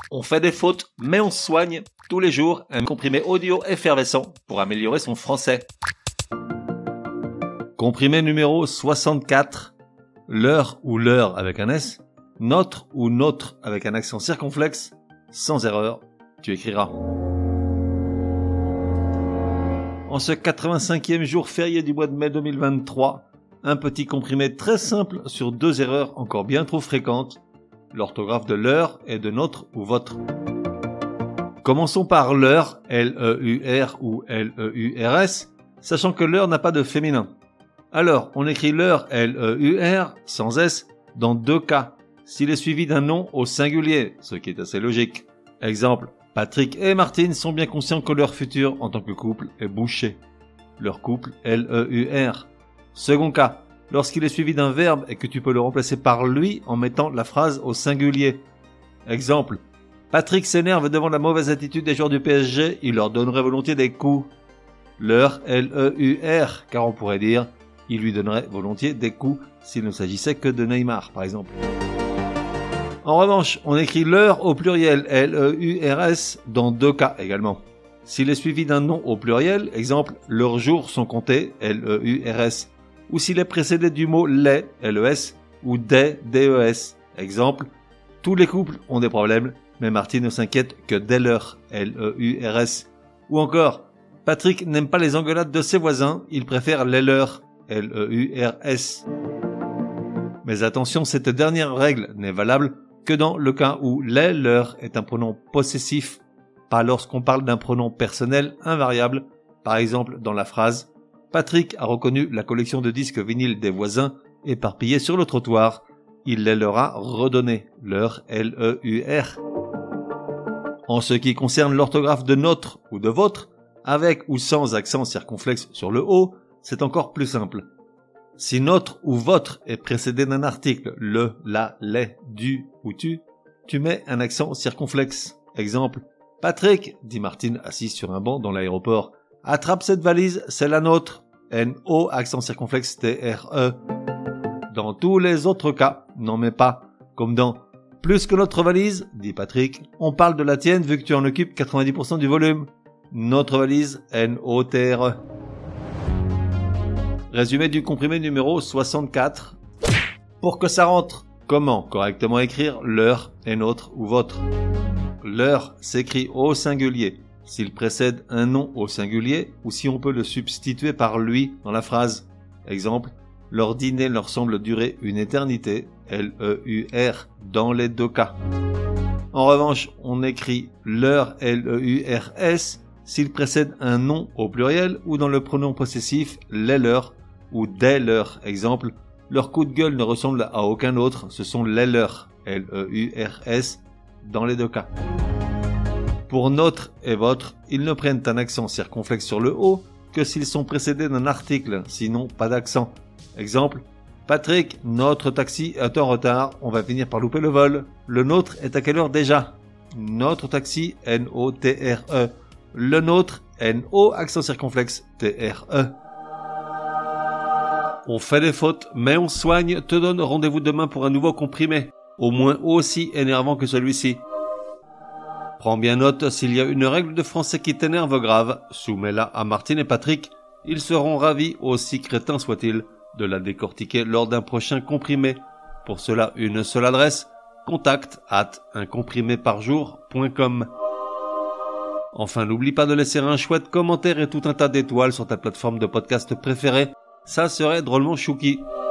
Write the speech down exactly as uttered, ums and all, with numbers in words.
On fait des fautes, mais on soigne tous les jours un comprimé audio effervescent pour améliorer son français. Comprimé numéro soixante-quatre. Leur ou leur avec un S. Notre ou notre avec un accent circonflexe. Sans erreur, tu écriras. En ce quatre-vingt-cinquième jour férié du mois de mai deux mille vingt-trois, un petit comprimé très simple sur deux erreurs encore bien trop fréquentes, l'orthographe de leur et de notre ou votre. Commençons par leur, L E U R ou L E U R S, sachant que leur n'a pas de féminin. Alors, on écrit leur, L E U R, sans S, dans deux cas, s'il est suivi d'un nom au singulier, ce qui est assez logique. Exemple, Patrick et Martine sont bien conscients que leur futur en tant que couple est bouché. Leur couple, L E U R. Second cas, lorsqu'il est suivi d'un verbe et que tu peux le remplacer par lui en mettant la phrase au singulier. Exemple, Patrick s'énerve devant la mauvaise attitude des joueurs du P S G, il leur donnerait volontiers des coups. Leur, L E U R, car on pourrait dire, il lui donnerait volontiers des coups s'il ne s'agissait que de Neymar, par exemple. En revanche, on écrit leur au pluriel, L E U R S, dans deux cas également. S'il est suivi d'un nom au pluriel, exemple, leurs jours sont comptés, L E U R S, ou s'il est précédé du mot les, L E S, ou des, D E S. Exemple, tous les couples ont des problèmes, mais Martine ne s'inquiète que des leurs, L E U R S. Ou encore, Patrick n'aime pas les engueulades de ses voisins, il préfère les leurs, L E U R S. Mais attention, cette dernière règle n'est valable que dans le cas où les leurs est un pronom possessif, pas lorsqu'on parle d'un pronom personnel invariable, par exemple dans la phrase « Patrick a reconnu la collection de disques vinyles des voisins éparpillés sur le trottoir. Il les leur a redonnés. » Leur, L E U R. En ce qui concerne l'orthographe de notre ou de votre, avec ou sans accent circonflexe sur le O, c'est encore plus simple. Si notre ou votre est précédé d'un article, le, la, les, du ou tu, tu mets un accent circonflexe. Exemple, Patrick, dit Martine assise sur un banc dans l'aéroport, attrape cette valise, c'est la nôtre. N O, accent circonflexe T R E. Dans tous les autres cas, n'en mets pas. Comme dans plus que notre valise, dit Patrick, on parle de la tienne vu que tu en occupes quatre-vingt-dix pour cent du volume. Notre valise, N O T R E. Résumé du comprimé numéro soixante-quatre. Pour que ça rentre, comment correctement écrire leur et notre ou votre? Leur s'écrit au singulier s'il précède un nom au singulier ou si on peut le substituer par lui dans la phrase. Exemple, leur dîner leur semble durer une éternité, L E U R, dans les deux cas. En revanche, on écrit leur, L E U R S, s'il précède un nom au pluriel ou dans le pronom possessif les leurs ou des leurs. Exemple, leur coup de gueule ne ressemble à aucun autre, ce sont les leurs, L E U R S, dans les deux cas. Pour notre et votre, ils ne prennent un accent circonflexe sur le O que s'ils sont précédés d'un article, sinon pas d'accent. Exemple, Patrick, notre taxi est en retard, on va finir par louper le vol. Le nôtre est à quelle heure déjà? Notre taxi, N O T R E. Le nôtre, N O, accent circonflexe, T R E. On fait des fautes, mais on soigne, te donne rendez-vous demain pour un nouveau comprimé, au moins aussi énervant que celui-ci. Prends bien note, s'il y a une règle de français qui t'énerve grave, soumets-la à Martine et Patrick, ils seront ravis, aussi crétins soient-ils, de la décortiquer lors d'un prochain comprimé. Pour cela, une seule adresse, contact at un comprimé par jour point com. Enfin, n'oublie pas de laisser un chouette commentaire et tout un tas d'étoiles sur ta plateforme de podcast préférée, ça serait drôlement chouki.